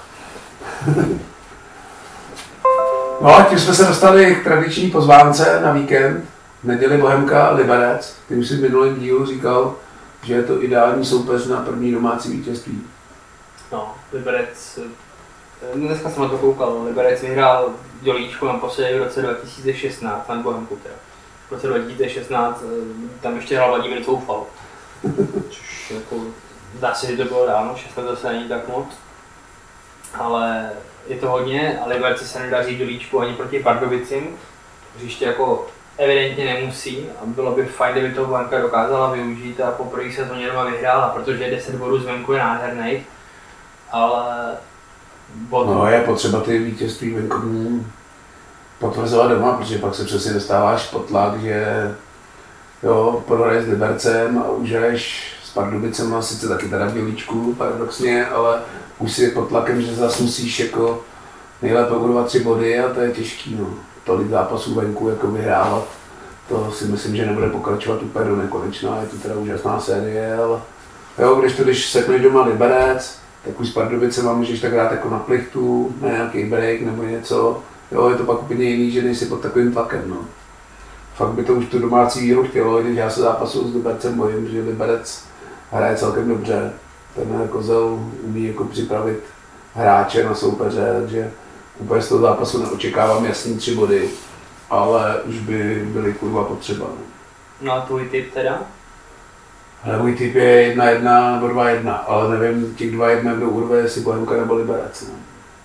No a tím jsme se dostali k tradiční pozvánce na víkend. V neděli Bohemka Liberec. Ty už si v minulém dílu říkal, že je to ideální soupeř na první domácí vítězství. No, Liberec, dneska jsem na to koukal, Liberec vyhrál dělíčku naposledy v roce dva tisíce šestnáct, na Bohemku teda. V roce dva tisíce šestnáct tam ještě hrál Vladimír Coufal. Což jako, zdá se, že to bylo dávno, šest let zase není tak moc. Ale je to hodně a Liberci se nedaří dělíčku ani proti Pardubicím. Hřiště jako evidentně nemusí a bylo by fajn, kdyby to Bohemka dokázala využít a po první sezóně doma vyhrála, protože deset bodů zvenku je nádherný, ale bod... No je potřeba ty vítězství venkovní potvrzovat doma, protože pak se přesně dostáváš pod tlak, že jo, prohraješ s Libercem a užiješ s Pardubicem, a sice taky teda v dělíčku, paradoxně, ale už si pod tlakem, že zase musíš jako nejlépe budovat tři body a to je těžký, no. Tolik zápasů venku jako vyhrávat, to si myslím, že nebude pokračovat úplně do nekonečna, je to teda úžasná série, ale jo, když to, když sekneš doma Liberec, tak už s Pardubicema můžeš tak hrát jako na plichtu, na nějaký break nebo něco, jo, je to pak úplně jiný, že nejsi pod takovým tlakem, no. Fakt by to už tu domácí výhru chtělo, když já se zápasu s Libercem bojím, že Liberec hraje celkem dobře, ten Kozel umí jako připravit hráče na soupeře, takže úplně z toho zápasu neočekávám jasný tři body, ale už by byly kurva potřeba. No a tvůj tip teda? Ale můj tip je jedna jedna nebo dva jedna, ale nevím těch dva jedna, kdo urve, jestli Bohemka nebo Liberec. Ne?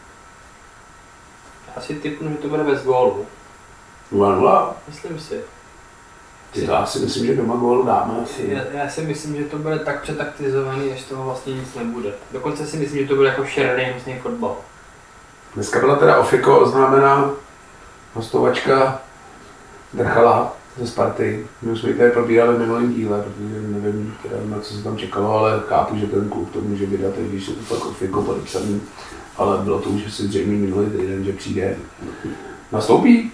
Já si tipnu, že to bude bez gólu. nula nula? Myslím si. Ty to asi myslím, že doma gól dáme. Já, já si myslím, že to bude tak přetaktizovaný, že z toho vlastně nic nebude. Dokonce si myslím, že to bude jako šeredý hnusný fotbal. Dneska byla teda ofiko oznámená hostovačka Drchala ze Sparty. My už jsme ji tady probírali v minulém díle, protože nevím, teda, na co se tam čekalo, ale chápu, že ten klub to může vydat, když je to tak ofiko podepsaný. Ale bylo to už asi zřejmě minulý týden, že přijde. Nastoupí?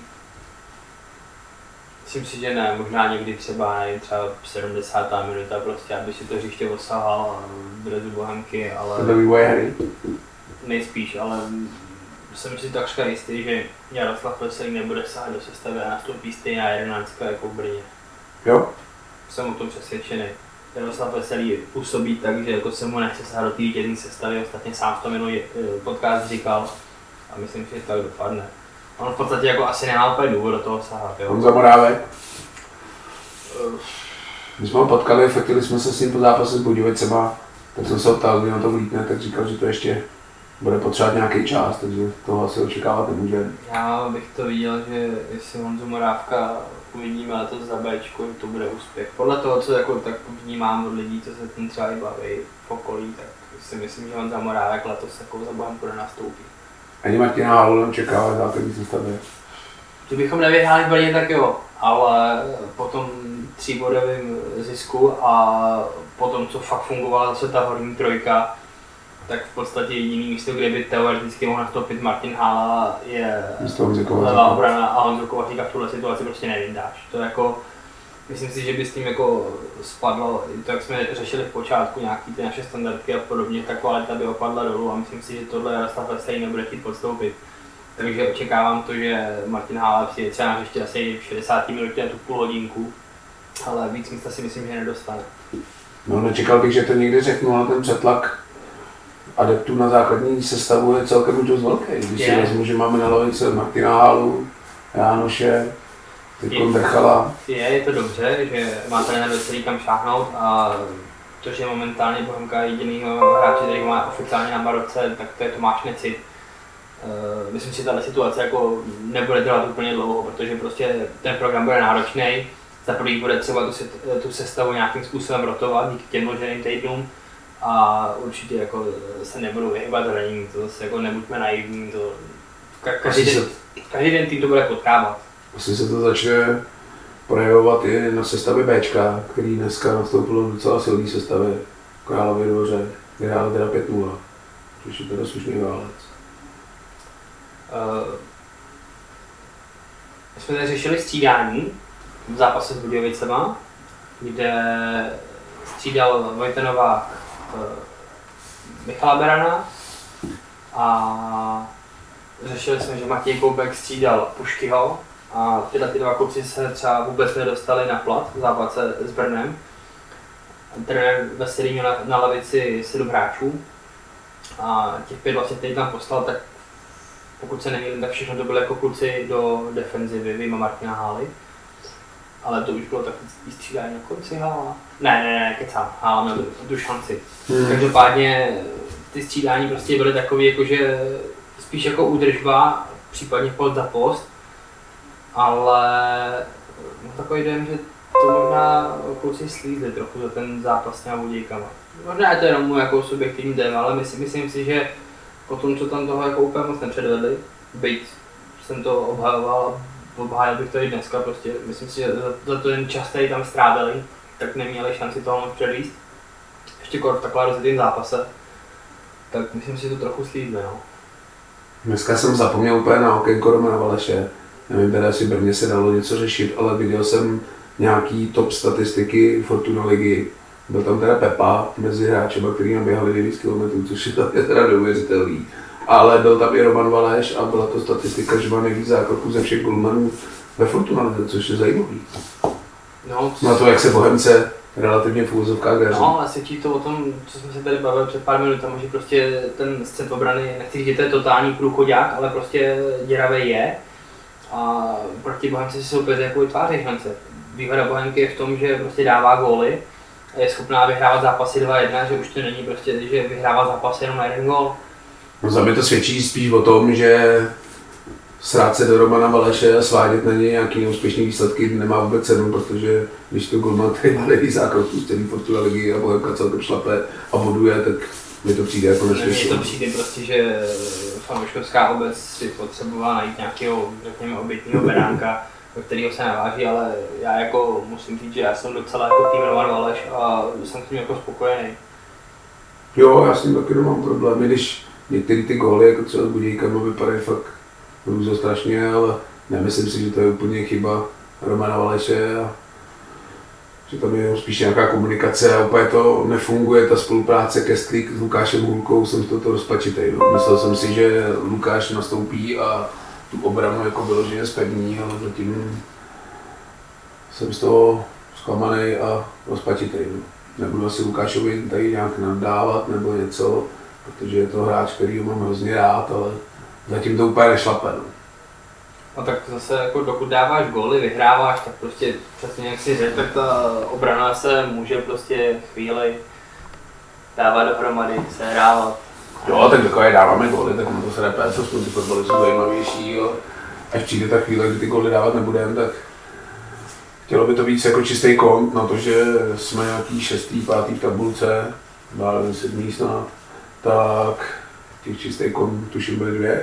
Myslím si, že ne, možná někdy třeba, nevím, třeba sedmdesátá minuta prostě, aby si to hřiště osahal a drezu Bohemky, ale... To vývoje hry? Nejspíš, ale jsem si takřka jistý, že Jaroslav Veselý nebude sahat do sestavy a nastoupí stejná jedenáctka jako v Brně. Jo? Jsem o tom přesvědčený. Jaroslav Veselý působí tak, že jako se mu nechce sahat do té vítězné sestavy, ostatně sám v tom minulý podcast říkal a myslím, že tak dopadne. On v podstatě jako asi nemá úplně důvod do toho sahat, jo. On Zamorávek? My jsme ho potkali, chtěli jsme se s ním po zápase s Budějovicema, tak jsem se ho ptal, kdy na to vlítne, tak říkal, že to ještě bude potřebovat nějaký čas, takže toho asi očekávat nemůže. Já bych to viděl, že jestli Honzu Morávka uvidíme letos za Bčku, to bude úspěch. Podle toho, co jako tak vnímám od lidí, co se tím třeba i baví v okolí, tak si myslím, že Honza Morávek letos jako za Bohemku nenastoupí. Ani Martina Hálu neočekává základní sestavě. Kdybychom nevyhráli v Brně, tak jo, ale po tom tříbodovém zisku a po tom, co fakt fungovala zase ta horní trojka, tak v podstatě jediný místo, kde by teoreticky mohl nastoupit Martin Hála, je levá obrana a Honzo Kovaříka v tuhle situaci prostě nevyndáš. To jako, myslím si, že by s tím jako spadlo, to jak jsme řešili v počátku nějaký ty naše standardky a podobně, ta kvalita by opadla dolů a myslím si, že tohle Jaroslav Veselý nebude chtít podstoupit. Takže očekávám to, že Martin Hála přijde třeba na ještě asi v šedesáté minutě na tu půl hodinku, ale víc místa si myslím, že nedostane. No nečekal bych, že to někdy řeknu, ale ten přetlak adeptů na základní sestavu je celkem už dost velký. Když si vezmu, že máme na lavici Martina Hálu, Jánoše, teďkon Drchala. Je, je to dobře, že má trenér Veselý kam šáhnout a to, že momentálně Bohemka jedinýho hráče, který má oficiálně na baroce, tak to je Tomáš Necit. Uh, myslím si, že tato situace jako nebude trvat úplně dlouho, protože prostě ten program bude náročný. Za první bude třeba tu, set, tu sestavu nějakým způsobem rotovat díky těm loženým týdnům a určitě jako se nebudou vyhybat zranění, to zase jako nebuďme naivní, to ka- každý, den, každý den tým to bude potkávat. Asi se to začne projevovat i na sestavě Bčka, který dneska nastoupilo docela silný sestavě Králově Dvoře, kde hráli teda pět nula, což je teda slušný válec. Uh, jsme tady řešili střídání v zápase s Budějovicema, kde střídal Vojta Novák Michala Berana a řešili jsme, že Matěj Koubek střídal Puškyho a tyhle ty dva kluci se třeba vůbec nedostali na plat v zápase s Brnem. Trenér Veselý měl na, na lavici sedm hráčů a těch pět vlastně teď tam poslal, tak pokud se nemýlím, tak všechno to byly jako kluci do defenzivy, vyjma Martina Hály. Ale to už bylo takový střídání na konci Hála. Ne, ne, ne, kecám, Hála měl tu šanci. Hmm. Každopádně ty střídání prostě byly takový jakože spíš jako údržba, případně post za post. Ale mám takový dojem, že to možná kluci slízli trochu za ten zápas s těma Budějkama. Možná je to jenom můj jako subjektivní téma, ale myslím, myslím si, že po tom, co tam toho jako úplně moc nepředvedli, byť jsem to obhajoval, obhájil bych to i dneska, prostě myslím si, že za, za to ten čas, který tam strávili, tak neměli šanci toho moc předvíst. Ještě kor v takhle rozjetým zápase, tak myslím si, že to trochu slízli, no. Dneska jsem zapomněl úplně na okénko Romana Valeše. Nevím, teda si Brně se dalo něco řešit, ale viděl jsem nějaký top statistiky Fortuna ligy. Byl tam teda Pepa mezi hráči, kteří naběhali devět kilometrů, což je teda neuvěřitelný. Ale byl tam i Roman Valeš a byla to statistika, že má nejvíc zákroků ze všech golmanů ve Fortuna lize, což je zajímavý. No, na to, jak se Bohemce relativně v úvozovkách daří. No, ale svědčí to o tom, co jsme se tady bavili před pár minutami, že prostě ten střed obrany, nechci říct, že to je totální průchodák, ale prostě děravý je. A proti Bohemce si soupeři jako vytváří šance. Výhoda Bohemky je v tom, že prostě dává góly a je schopná vyhrávat zápasy dva jedna, že už to není prostě, že vyhrává zápasy jenom na jeden gól. No za mě to svědčí spíš o tom, že srát se do Romana Valeše a svádět na něj nějaký neúspěšný výsledky nemá vůbec cenu, protože když to golman, který má nejvíc zákroků z celý Fortuna ligy a Bohemka celkem šlape a boduje, tak mi to přijde jako nesmysl. Mně to přijde prostě, že fanouškovská obec si potřebovala najít nějakého, řekněme, obětního beránka, do kterého se naváží, ale já jako musím říct, že já jsem docela jako tým Roman Valeš a jsem s tím jako spokojený. Jo, já s tím taky nemám problémy, když některé ty góly, jako třeba s Budějkama, vypadají fakt hrůzo strašně, ale nemyslím si, že to je úplně chyba Romana Valeše a že tam je spíš nějaká komunikace a úplně to nefunguje, ta spolupráce Kestlík s Lukášem Hulkou, jsem z toho rozpačitý. No. Myslel jsem si, že Lukáš nastoupí a tu obranu jako vyloženě zpevní, ale zatím jsem z toho zklamaný a rozpačitý. No. Nebudu asi Lukášovi tady nějak nadávat nebo něco, protože je to hráč, který ho mám hrozně rád, ale zatím to úplně nešlape. No. No tak zase jako dokud dáváš góly, vyhráváš, tak prostě přesně jak si řekl, tak ta obrana se může prostě chvíli dávat dohromady, sehrávat. Jo, tak dokud dáváme góly, tak ono to se repé, co ty fotbaly jsou zajímavější, ale až přijde ta chvíle, kdy ty góly dávat nebudeme, tak chtělo by to víc jako čistý kont na to, že jsme nějaký šestý, pátý v tabulce, dále sedmý snad, tak těch čistý kont tuším byly dvě.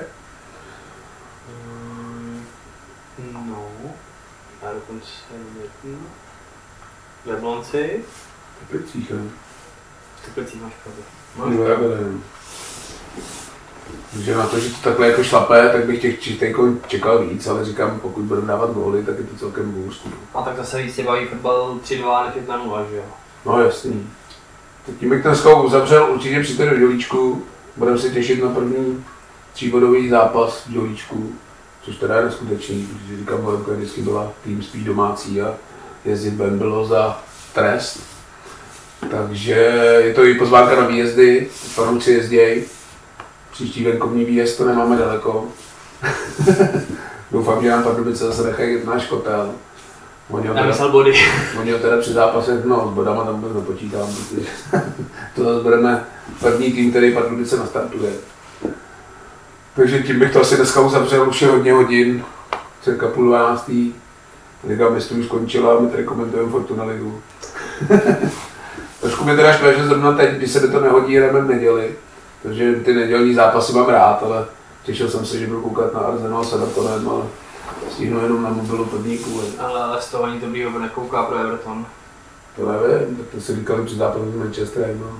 No, já dokonce jednu. V Jablonci. V Teplicích, jo. V Teplicích máš pravdu. No, já vedem. Takže na to, že to takhle jako šlapé, tak bych těch čistých kont čekal víc, ale říkám, pokud budeme dávat góly, tak je to celkem bůř. A tak zase víc se baví fotbal tři dva než jedna nula, že jo? No jasný. Tak tím bych dneska uzavřel, určitě přijďte do Dělíčku, budeme se těšit na první tříbodový zápas v Dělíčku. Což teda je neskutečný, protože říkám, Bohemka vždycky byla tým spíš domácí a jezdit ven bylo za trest. Takže je to i pozvánka na výjezdy, fanoušci jezděj. Příští venkovní výjezd to nemáme daleko. Doufám, že nám Pardubice zase nechají náš kotel. Oni ho teda, body. Oni ho teda při zápasech, no s bodama tam vůbec nepočítám, protože to zase budeme první tým, který Pardubice nastartuje. Takže tím bych to asi dneska uzavřel, už je hodně hodin, cirka půl dvanáctý. Liga mistrů skončila, my tady komentujeme Fortuna ligu. Trošku mě teda štve, že zrovna teď, když se mi to nehodí, jdeme v neděli. Takže ty nedělní zápasy mám rád, ale těšil jsem se, že budu koukat na Arsenal s Evertonem, ale stihnu jenom na mobilu první půl. Ale, ale z toho ani to blího nekouká pro Everton. To nevím, tak to si říkali před zápasem s Manchesterem, no.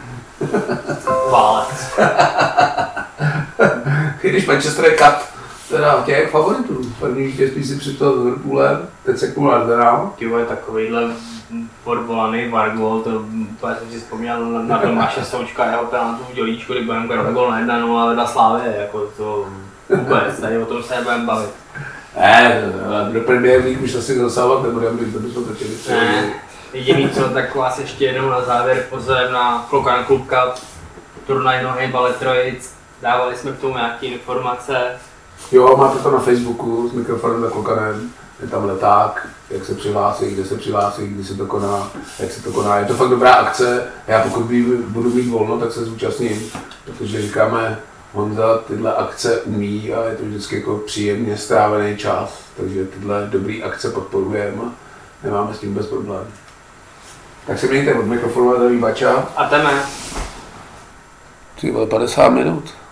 Válec. Když Manchester je kat, teda těch favoritů. První vítězství si připsal s Liverpoolem, teď se k tomu nadvenal. Ty vole, takovýhle podvolaný Vargol, to úplně jsem si vzpomněl na, na Tomáše Součka, jeho penaltu v dělíčku, kdy budeme krat gol na jedna nula a vedla Slávě, jako to vůbec, tady o tom se nebudeme bavit. Ne, do Premier League už asi zasahovat nebudeme, když to bychom točili. Ne, jediný co, tak vás ještě jednou na závěr pozor na Klokan Club Cup, turnaj Nohy Balet Trojic, dávali jsme k tomu nějaké informace. Jo, máte to na Facebooku s mikrofonem na Klokanem, je tam leták, jak se přihlásí, kde se přihlásí, kdy se to koná, jak se to koná. Je to fakt dobrá akce, já pokud budu mít volno, tak se zúčastním, protože říkáme, Honza tyhle akce umí a je to vždycky jako příjemně strávený čas, takže tyhle dobrý akce podporujeme a nemáme s tím bez problém. Tak se mějte od mikrofonu a tady Bača. A teme. Ty vole, padesát minut.